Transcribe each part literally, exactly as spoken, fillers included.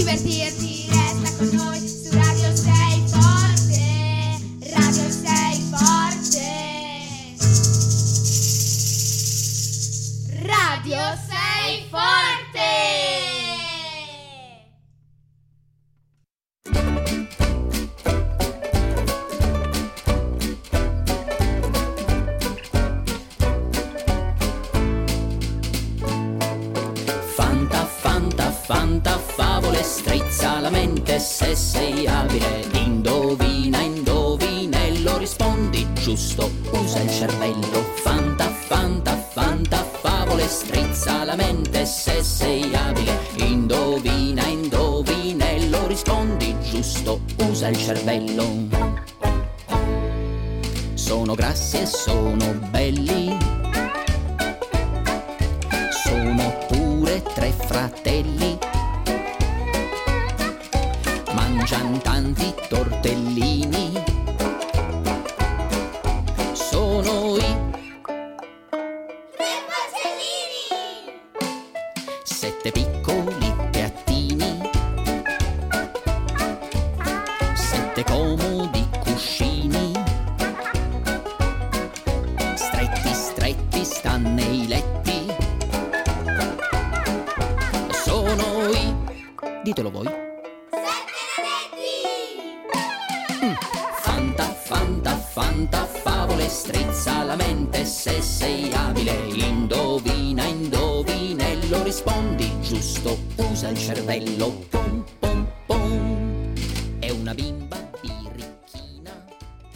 divertirti, resta con noi su Radio sei Forte. Radio sei Forte. Radio sei Forte. Fanta, fanta, fanta, favole, strizza la mente se sei abile. Indovina, indovinello, rispondi giusto, usa il cervello. Fanta, fanta, fanta, favole, strizza la mente se sei abile. Indovina, indovinello, rispondi giusto, usa il cervello. Sono grassi e sono belli, sono pure tre fratelli, mangiano tanti tortellini, sono i Tre porcellini. sette piccoli piattini, sette comodi cuscini, stretti stretti stanno nei letti, sono i, ditelo voi. Sette nanetti. Mm. Fanta, fanta, fanta, favole, strizza la mente se sei abile. Indovina, indovinello, rispondi giusto, usa il cervello. Pom, pom, pom. È una bimba birichina.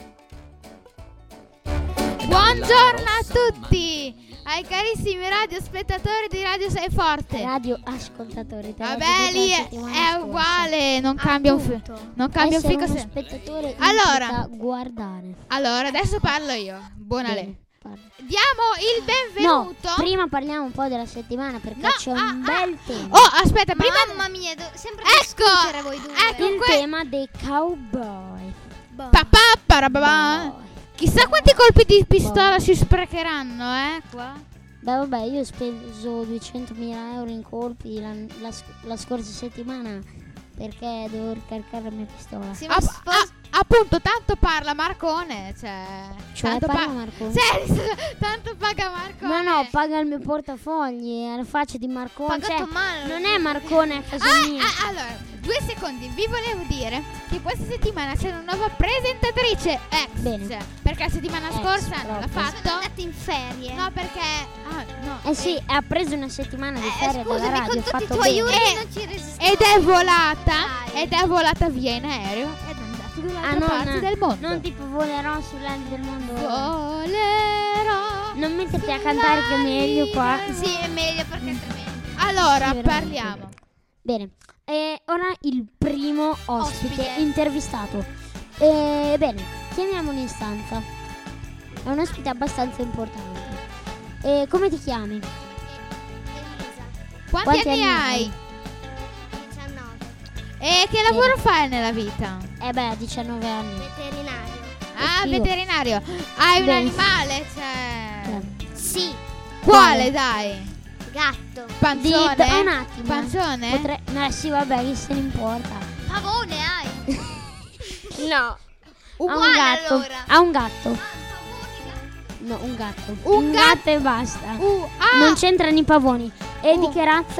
Buongiorno a tutti, ai carissimi radiospettatori di Radio sei Forte. Radio ascoltatori. te l'ho Vabbè, detto lì la è, settimana è scorsa. uguale, non cambia un, fi- Appunto. non cambia un Essere fico uno se... spettatore Allora. implica guardare. Allora, adesso parlo io. Buona Bene, lei. parla. Diamo il benvenuto. No, prima parliamo un po' della settimana perché No, c'è ah, un ah. bel tema. Oh, aspetta, prima Mamma mia, do- sempre Ecco, discutere voi due. ecco. Il que- tema dei cowboy. Boh. papà, parabà. Boy. Chissà quanti colpi di pistola si sprecheranno, eh, qua. Beh, vabbè, io ho speso duecentomila euro in colpi la, la sc- la scorsa settimana perché dovevo ricaricare la mia pistola. Sì, ma App- spos- a- appunto, tanto parla Marcone, cioè... Cioè, tanto parla pa- Marcone? Sì, tanto paga Marcone. Ma no, paga il mio portafogli, è la faccia di Marcone. Pagato Cioè, male. non è Marcone a casa Ah, mia. ah, allora, due secondi, vi volevo dire che questa settimana c'è una nuova presentatrice ex. Bene. Perché la settimana Ex, scorsa non l'ha proprio. Sono fatto. andati in ferie. No, perché... Ah, no. Eh sì, ha preso una settimana di Eh, ferie dalla scusami, radio, con ha tutti i fatto tuoi bene. urli Eh, non ci resisto. Ed è volata, Dai. ed è volata via in aereo ed è andata dall'altra Ah, non, parte del mondo. non tipo volerò sull'ali del mondo. Volerò. Non metterti a cantare che è meglio qua. Sì, è meglio perché è tremendo. Allora, Sì, veramente. parliamo. Bene, e ora il primo ospite, Ospite. intervistato. E, bene, chiamiamolo in stanza. È un ospite abbastanza importante. E come ti chiami? Elisa, Quanti, Quanti anni, anni hai? hai? diciannove, E che lavoro fai nella vita? Eh beh, diciannove anni. veterinario. Ah, Figo. veterinario. Hai un Bene. animale? Cioè... Eh. Sì, Quale, dai? gatto. Di, Panzone? da- un attimo. eh. Panzone? Potrei... No, sì, vabbè, chi se ne importa. Pavone hai? No. Ha un Uguale gatto. allora. Ha un gatto. Ah, pavone, gatto. No, un gatto. Un gatto. gatto e basta. Uh, ah! Non c'entrano i pavoni. E Uh. di che razza?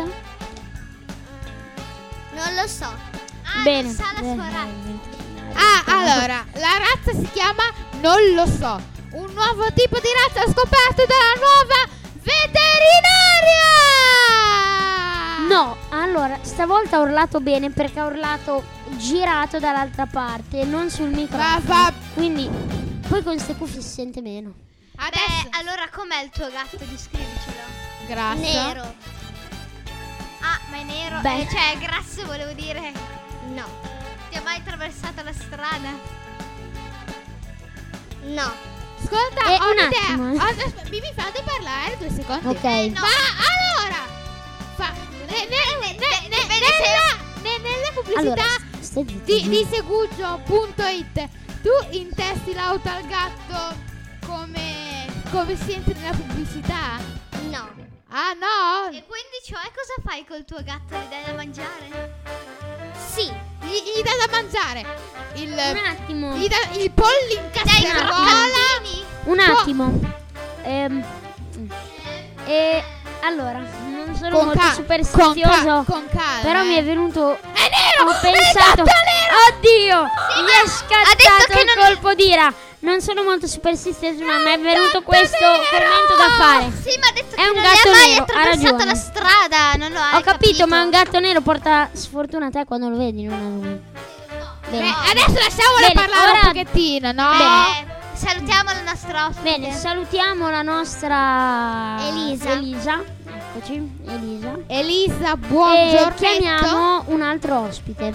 Non lo so. Ah, Bene. non sa la Bene, sua razza. veterinario. Ah, allora, la razza si chiama Non lo so. Un nuovo tipo di razza scoperto dalla nuova veterinaria! No, allora, stavolta ha urlato bene perché ha urlato girato dall'altra parte, non sul Va, microfono. va. Quindi, poi con queste cuffie si sente meno. Adesso. Beh, allora com'è il tuo gatto? Descrivicelo. Grasso. Nero. Ah, ma è nero. Beh. Eh, cioè, è grasso volevo dire. No. Ti ha mai attraversato la strada? No. Ascolta, Eh, ho un un'idea. attimo, eh. Ho- asp- mi mi fate parlare due secondi? Ok. no. Ma allora, fa, ne- ne- ne- ne- ne- nella, ne- nelle pubblicità Allora, stai zitto. di, di segugio punto it tu intesti l'auto al gatto come, come si entra nella pubblicità? No. Ah no? E quindi, cioè, cosa fai col tuo gatto? Gli dai da mangiare? Sì. Gli, gli dà da mangiare il, Un attimo. gli dà il pollo in casseruola. Un attimo. Ehm, e allora, non sono Con molto ca- superstizioso, con, ca- con calma. però eh. mi è venuto. È nero! Ho pensato. È nero! Oddio! Sì, mi ma è ha scattato detto che il non- colpo d'ira. Non sono molto superstizioso, ma mi è venuto gatto questo nero! commento da fare. Sì, ma ha detto È che un non gatto le ha mai nero, ha attraversato ragione. la strada. Non lo hai Ho capito, capito, ma un gatto nero porta sfortuna a te quando lo vedi, non a lui. Beh, Bene. adesso lasciamola Bene, parlare ora- un pochettino, no? Eh, salutiamo la nostra ospite. Bene, salutiamo la nostra Elisa. Elisa. Eccoci, Elisa. Elisa, E buongiorno. chiamiamo un altro ospite.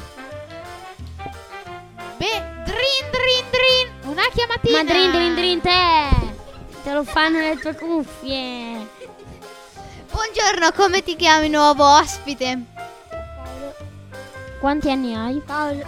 Beh, drin drin drin. Una chiamatina. Ma drin drin drin te! Te lo fanno le tue cuffie. Buongiorno, come ti chiami nuovo ospite? Quanti anni hai? Paolo,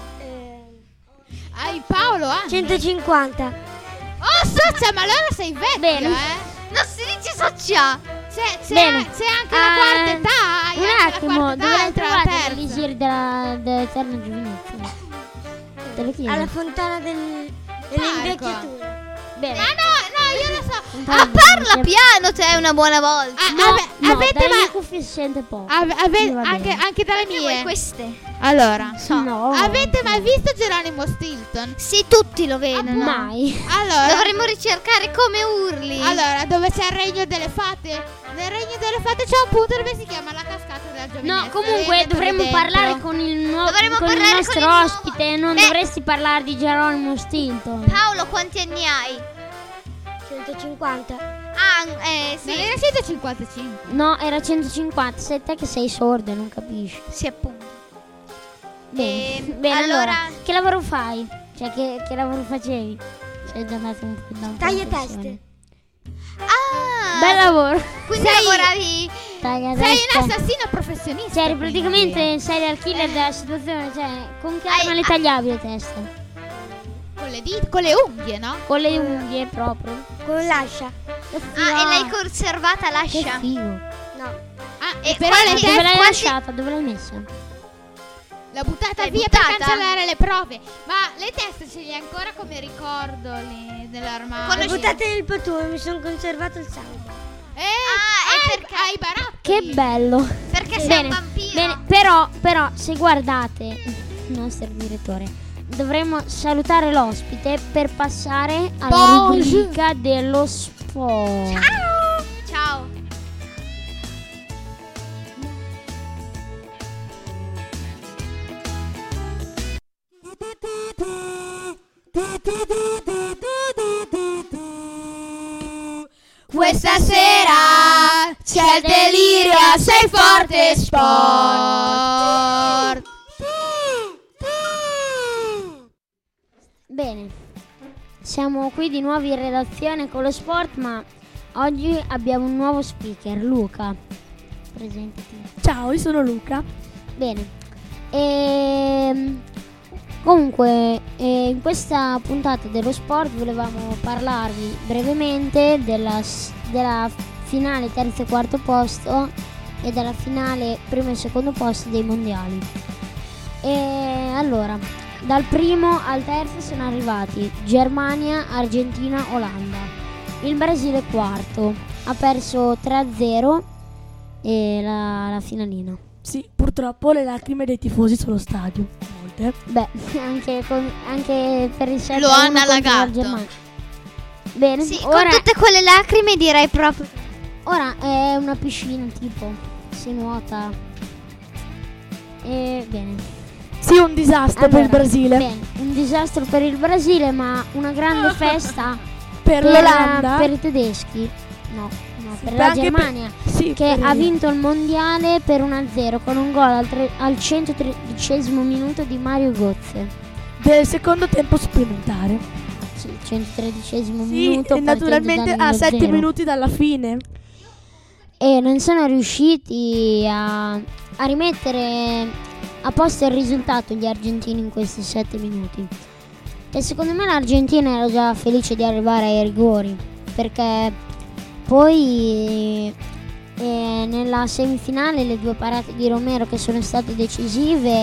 Hai Paolo anche. centocinquanta. Oh, socia, ma allora sei vecchio, Bene. eh? Non si dice socia. C'è, c'è, Bene. c'è anche la Ah, quarta età. hai Un anche la attimo, quarta dove età, l'hai entra la trovata terza. l'elisir della, dell'eterna giovinezza? Te lo chiedo. Alla fontana del, dell'invecchiatura. Bene. Ah, no, no, io lo so. Ah, parla piano te una buona volta. Ah, No, ave- no, avete dalle ma- mie cuffie si sente poco. Ave- ave- Quindi va anche, bene. anche dalle Che vuoi mie. queste? Allora, No. avete mai visto Geronimo Stilton? Sì, tutti lo vedono. Mai. Allora, Dovremmo ricercare come urli. allora, dove c'è il regno delle fate? Nel regno delle fate c'è un punto dove si chiama la cascata della giovinezza. No, comunque Vedetelo dovremmo dentro. parlare con il, nuovo Dovremmo con il parlare nostro con il nuovo- ospite. Non Beh. dovresti parlare di Geronimo Stilton. Paolo, quanti anni hai? centocinquanta. Ah, eh, sì. Non era centocinquantacinque. No, era centocinquanta. Sei te che sei sordo e non capisci. Sì, appunto. Bene, Ehm, bene allora, allora- che lavoro fai? Cioè, che, che lavoro facevi? Sei già andato un po' da un po' Taglia in teste. pensione. Ah, Bel lavoro. quindi Sei- lavoravi. Taglia Sei testa. un assassino professionista. Cioè, eri quindi. praticamente il serial killer della situazione. Cioè, con che Hai- arma le ah- tagliavi le teste? Con le dita, con le unghie, no? Con le unghie proprio. Con l'ascia. Che figo. Ah, e l'hai conservata Che l'ascia? figo. No. Ah, E però le quanti- teste Dove l'hai quanti- lasciata? Dove l'hai messa? l'ha buttata L'hai via buttata? per cancellare le prove. Ma le teste ce le hai ancora come ricordo lì nell'armadio? Con Le le buttate nel patone, mi sono conservato il sangue. Eh, Ah, è hai- perché- hai i barotti. Che bello. Perché sei Bene, un vampiro. bene, però, però, se guardate il nostro direttore, dovremmo salutare l'ospite per passare alla Bonjour. rubrica dello sport. Ciao. Ciao. Questa sera c'è il delirio a Sei Forte Sport. Bene, siamo qui di nuovo in redazione con lo sport, ma oggi abbiamo un nuovo speaker, Luca. Presentati. Ciao, io sono Luca. Bene, ehm, comunque eh, in questa puntata dello sport volevamo parlarvi brevemente della, s- della finale terzo e quarto posto e della finale primo e secondo posto dei mondiali. E allora, dal primo al terzo sono arrivati Germania, Argentina, Olanda. Il Brasile quarto, ha perso tre a zero e la, la finalina. Sì, purtroppo le lacrime dei tifosi sullo stadio. Molte. Beh, anche, con- anche per il sette Lo a uno hanno contro la allagato. Germania. Bene, Sì, ora, con tutte quelle lacrime direi proprio. ora è una piscina tipo, si nuota. E bene. Sì, un disastro per il Allora, Brasile. Bene, un disastro per il Brasile, ma una grande festa Per l'Olanda. per i tedeschi. No, no, Sì, per beh, la anche per- Germania. Sì, Che per- ha vinto il mondiale per uno a zero con un gol al, tre- al centotredicesimo minuto di Mario Götze. del secondo tempo supplementare. Sì, il centotredicesimo Sì, minuto. e naturalmente partendo da a meno sette zero. minuti dalla fine. E non sono riusciti a, a rimettere a posto il risultato gli argentini in questi sette minuti. E secondo me l'Argentina era già felice di arrivare ai rigori, perché poi eh, nella semifinale le due parate di Romero che sono state decisive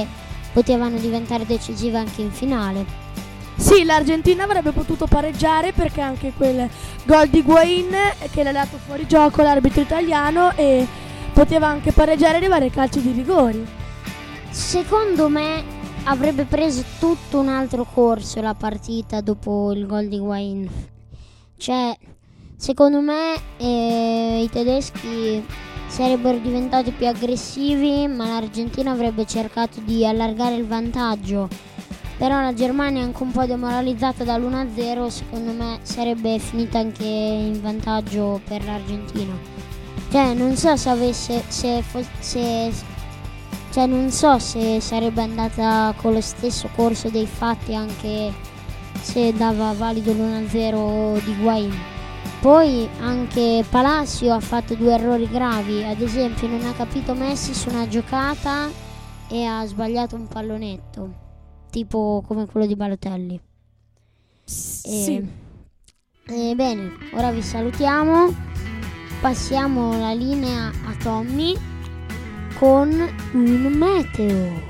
potevano diventare decisive anche in finale. Sì, l'Argentina avrebbe potuto pareggiare perché anche quel gol di Higuaín che l'ha dato fuori gioco l'arbitro italiano, e poteva anche pareggiare e arrivare ai calci di rigori. Secondo me avrebbe preso tutto un altro corso la partita dopo il gol di Higuaín. Cioè, secondo me eh, i tedeschi sarebbero diventati più aggressivi, ma l'Argentina avrebbe cercato di allargare il vantaggio. Però la Germania, anche un po' demoralizzata dall'uno a zero, secondo me sarebbe finita anche in vantaggio per l'Argentina. Cioè, non so se avesse se, fo- se cioè non so se sarebbe andata con lo stesso corso dei fatti anche se dava valido l'uno a zero di Higuaín. Poi anche Palacio ha fatto due errori gravi, ad esempio non ha capito Messi su una giocata e ha sbagliato un pallonetto, tipo come quello di Balotelli. Sì. E, e bene, ora vi salutiamo, passiamo la linea a Tommy con un meteo.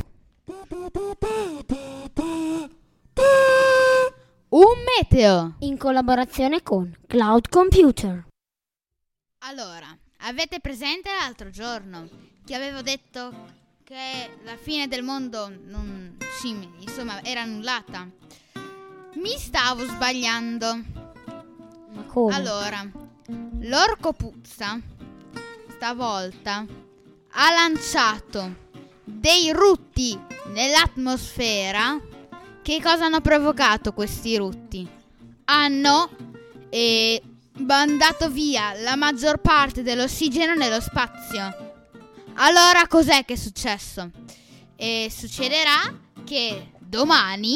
Un meteo. In collaborazione con Cloud Computer. Allora, avete presente l'altro giorno che avevo detto che la fine del mondo non, sì, insomma, era annullata? Mi stavo sbagliando. Ma come? Allora, l'orco puzza stavolta ha lanciato dei rutti nell'atmosfera. Che cosa hanno provocato questi rutti? Hanno eh, mandato via la maggior parte dell'ossigeno nello spazio. Allora cos'è che è successo? Eh, succederà che domani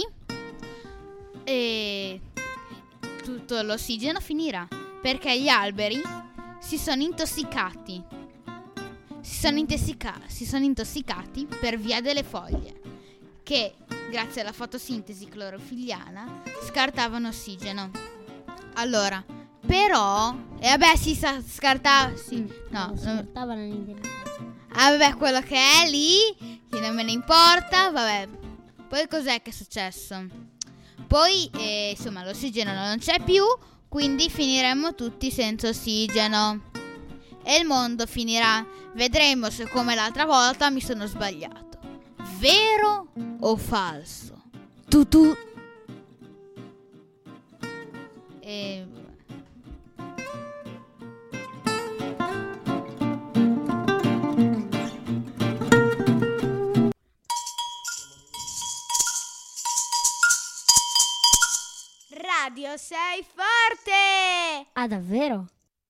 eh, tutto l'ossigeno finirà perché gli alberi si sono intossicati. Si sono, intossica- si sono intossicati per via delle foglie che, grazie alla fotosintesi clorofilliana, scartavano ossigeno. Allora, però, e vabbè, si sa, scartava, sì, Mm, no, non no, scartava l'anidride. ah, vabbè, quello che è lì, che non me ne importa, vabbè. Poi cos'è che è successo? Poi, eh, insomma, l'ossigeno non c'è più, quindi finiremo tutti senza ossigeno. E il mondo finirà. Vedremo se come l'altra volta mi sono sbagliato. Vero o falso? Tu tu. E... Radio sei forte! Ah, davvero?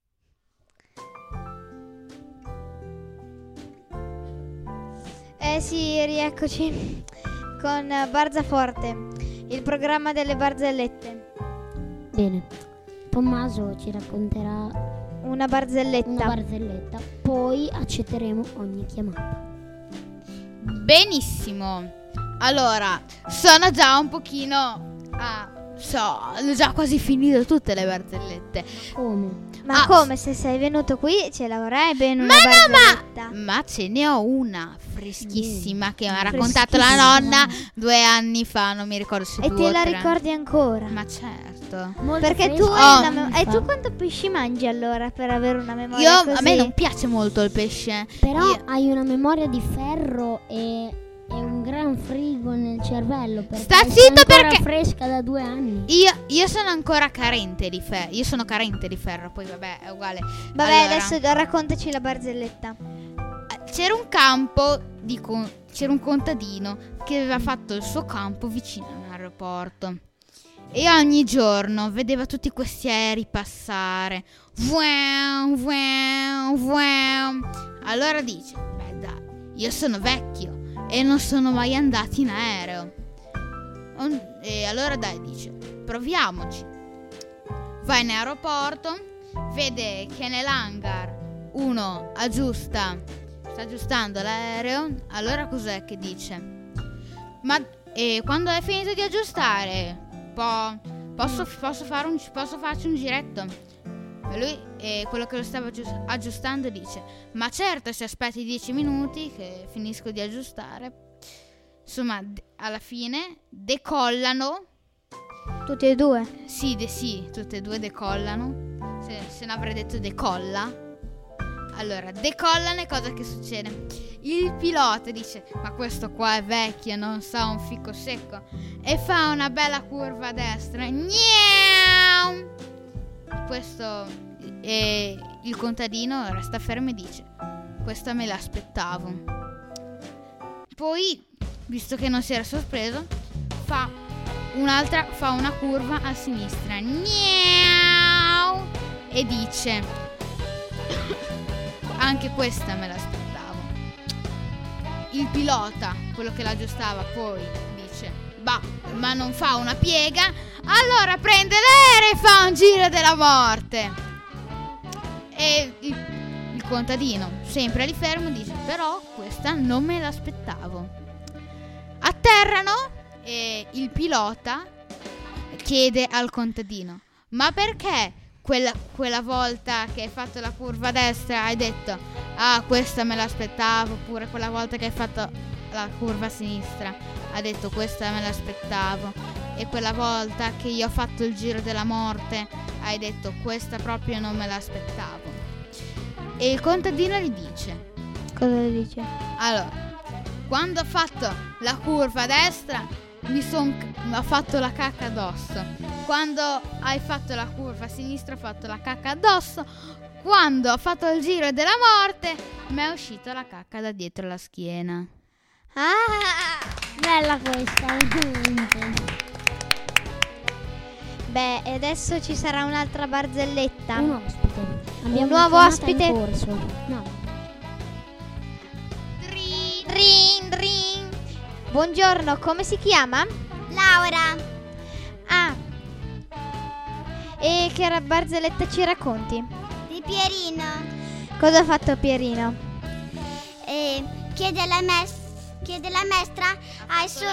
Eh sì, rieccoci con Barzaforte, il programma delle barzellette. Bene. Tommaso ci racconterà Una barzelletta. una barzelletta, poi accetteremo ogni chiamata. Benissimo. Allora, sono già un pochino... Ah, so, ho già quasi finito tutte le barzellette. Come? Ma Ah, come, se sei venuto qui ce l'avrai bene una Ma no, barzelletta? Ma ce ne ho una freschissima che mi ha Mm. raccontato la Freschissima. nonna due anni fa, non mi ricordo se E due te o la tre. ricordi ancora? Ma certo. Molto Perché tu fresca. hai Oh. una mem- Fa. E tu quanto pesci mangi allora per avere una memoria Io, così? a me non piace molto il pesce. Però Io- hai una memoria di ferro e, e un gran frigo nel cervello. Perché Sta sei zitto ancora perché- fresca da due anni. Io, io sono ancora carente di ferro. Io sono carente di ferro, poi vabbè, è uguale. Vabbè, Allora, adesso raccontaci la barzelletta. c'era un campo di con- c'era un contadino che aveva fatto il suo campo vicino a un aeroporto e ogni giorno vedeva tutti questi aerei passare. Vuem, vuem, vuem. Allora dice: beh dai, io sono vecchio e non sono mai andato in aereo. Un- E allora dai, dice, proviamoci. Va in aeroporto, vede che nell'hangar uno aggiusta, sta aggiustando l'aereo. Allora cos'è che dice? Ma e quando hai finito di aggiustare, po- posso, posso, fare un, posso farci un giretto? E lui, eh, quello che lo stava aggius- aggiustando, dice: ma certo, se aspetti dieci minuti che finisco di aggiustare. insomma, d- alla fine decollano. Tutti e due. Sì, de- sì, tutte e due decollano. Se, se non avrei detto decolla. Allora, decollano e cosa che succede? Il pilota dice: ma questo qua è vecchio, non sa un fico secco. E fa una bella curva a destra. Gniau! Questo e il contadino resta fermo e dice: questa me l'aspettavo. Poi, visto che non si era sorpreso, fa un'altra, fa una curva a sinistra. Gniau! E dice: anche questa me l'aspettavo. Il pilota, quello che l'aggiustava, poi dice: bah, ma non fa una piega. Allora prende l'aereo e fa un giro della morte. E il, il contadino, sempre lì fermo, dice: però questa non me l'aspettavo. Atterrano e il pilota chiede al contadino: ma perché quella, quella volta che hai fatto la curva a destra hai detto: ah, questa me l'aspettavo, oppure quella volta che hai fatto la curva a sinistra ha detto: questa me l'aspettavo, e quella volta che io ho fatto il giro della morte hai detto: questa proprio non me l'aspettavo. E il contadino gli dice: Cosa le dice? allora, quando ho fatto la curva a destra mi son ho fatto la cacca addosso. Quando hai fatto la curva a sinistra ho fatto la cacca addosso. Quando ho fatto il giro della morte mi è uscita la cacca da dietro la schiena. Ah! Bella questa, veramente. Beh, e adesso ci sarà un'altra barzelletta. Un ospite. Abbiamo Un una nuovo chiamata ospite. in corso. No. Drin. Drin, drin. Buongiorno, come si chiama? Laura, Ah. E che ra- barzelletta ci racconti? di Pierino. Cosa ha fatto Pierino? E chiede alla, mes- chiede alla maestra ai suoi...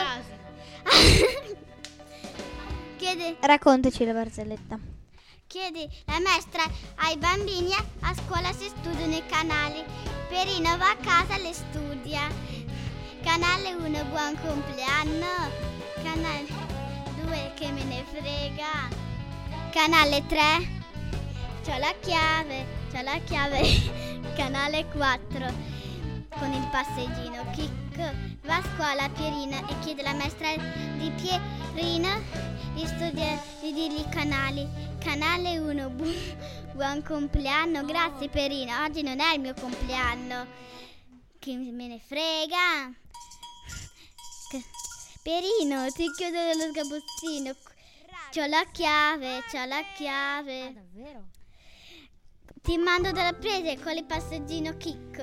chiede, Raccontaci la barzelletta. chiede la maestra ai bambini a scuola se studiano i canali. Pierino va a casa e le studia. Canale uno, buon compleanno. Canale due, che me ne frega. Canale tre, c'ho la chiave, c'ho la chiave. Canale quattro, con il passeggino. Chicco va a scuola Pierino e chiede alla maestra di Pierino di studiare, di dirgli i canali. Canale uno, bu- buon compleanno. Grazie Pierino, oggi non è il mio compleanno. Che me ne frega. Che- Pierino, ti chiudo nello sgabuzzino. C'ho la chiave, c'ho la chiave. Davvero? Ti mando dalla presa con il passeggino Chicco.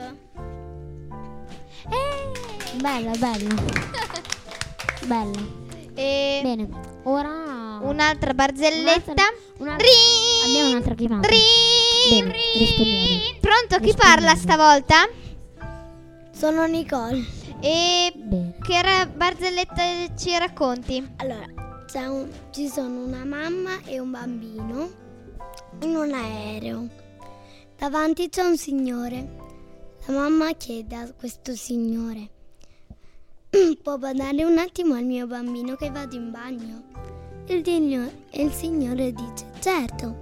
Bella, bella. Bella. E Bene. Ora un'altra barzelletta. un'altra- Drin, Abbiamo un'altra chiamata. drin, Bene, drin. rispondiamo. Pronto, chi Rispondiamo. parla stavolta? Sono Nicole. E Bene. che ra- barzelletta ci racconti? Allora, c'è un- ci sono una mamma e un bambino in un aereo. Davanti c'è un signore. La mamma chiede a questo signore: può badare un attimo al mio bambino che vado in bagno? Il, digno- e il signore dice: certo.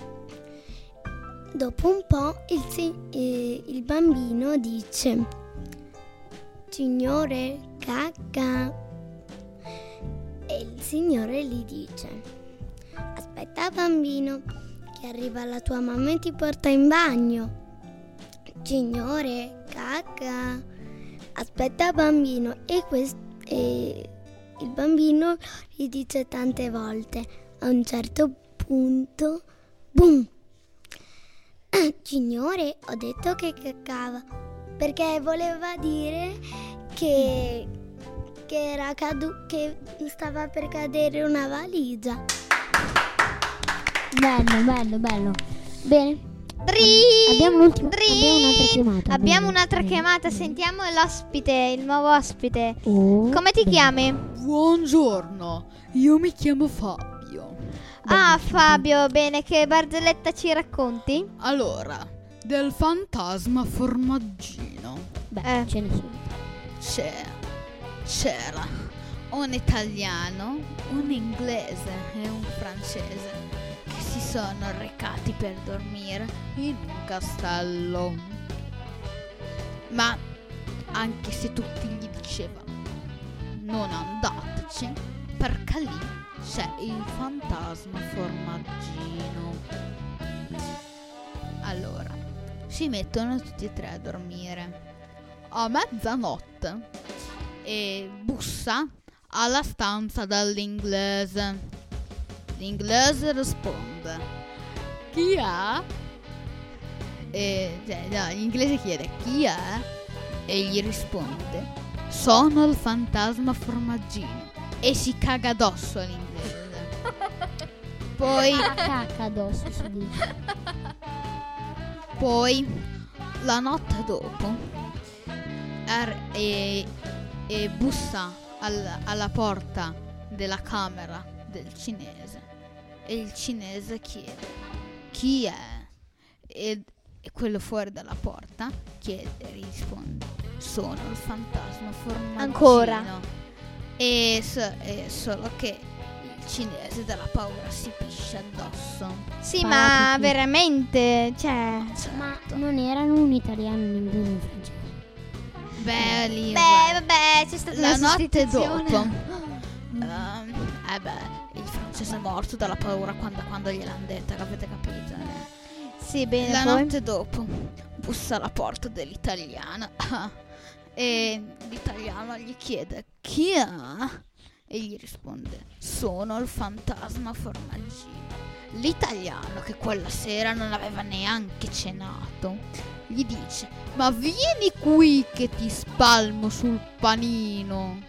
Dopo un po' il, si- eh, il bambino dice: signore, cacca. E il signore gli dice: aspetta bambino, che arriva la tua mamma e ti porta in bagno. Signore, cacca. Aspetta bambino. E, quest- e il bambino gli dice tante volte. A un certo punto, boom! Signore, ho detto che caccava, perché voleva dire che, che era cadu- che stava per cadere una valigia. Bello, bello, bello. Bene. Drin, Abbiamo l'ultima- drin. abbiamo un'altra chiamata. Abbiamo Bene, un'altra bene, chiamata, bene. sentiamo l'ospite, il nuovo ospite. Oh, Come ti bene. chiami? Buongiorno, io mi chiamo Fabio. Ah, Fabio, bene, che barzelletta ci racconti? Allora, del fantasma formaggino. Beh, Eh. ce ne sono. C'è, c'era un italiano, un inglese e un francese che si sono recati per dormire in un castello. Ma anche se tutti gli dicevano non andateci, perché lì c'è il fantasma formaggino. Allora, si mettono tutti e tre a dormire. A mezzanotte e bussa alla stanza dell'inglese. L'inglese risponde: chi è? E cioè, no, l'inglese chiede chi è e gli risponde: sono il fantasma formaggino. E si caga addosso all'inglese. Poi Cacca addosso si dice. Poi la notte dopo er- e, e bussa al- alla porta della camera del cinese e il cinese chiede chi è, e, e quello fuori dalla porta chiede e risponde: sono il fantasma formaggino. Ancora. E, so- e solo che il cinese dalla paura si piscia addosso. Sì, Fa ma pipì. veramente, cioè... Ma non erano un italiano, un inglese, un francese. Beh, lì, Beh, guarda. vabbè, c'è stata La una notte sostituzione. dopo ehm, eh beh, il francese è morto dalla paura quando, quando gliel'hanno detta, avete capito? eh? Sì, bene, La poi. notte dopo bussa alla porta dell'italiana e l'italiano gli chiede chi è e gli risponde: sono il fantasma formaggino. L'italiano, che quella sera non aveva neanche cenato, gli dice: ma vieni qui che ti spalmo sul panino.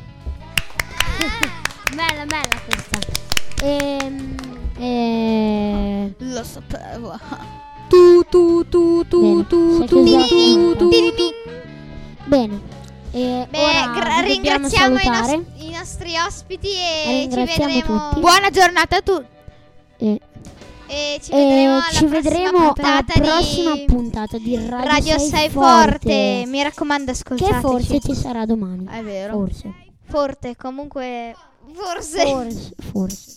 Bella, bella questa. Ehm, eh, Lo sapevo. Tu tu tu tu Bene, tu sai tu che tu esatto. tu tu. Bene. E Beh, ora gra- vi dobbiamo ringraziamo i, salutare. nos- i nostri ospiti e ci Ringraziamo vedremo tutti. Buona giornata a tutti. E, e ci e vedremo alla ci prossima vedremo alla puntata prossima di puntata di Radio, Radio sei, sei forte. forte. Mi raccomando, ascoltateci. Che forse ci sarà domani. È vero. Forse. Forte, comunque forse. Forse. Forse.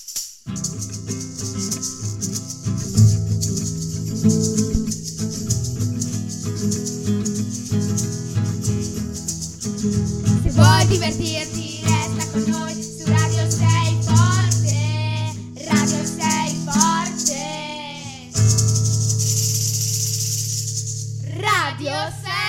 Se vuoi divertirti resta con noi su Radio sei forte. Radio sei forte. Radio sei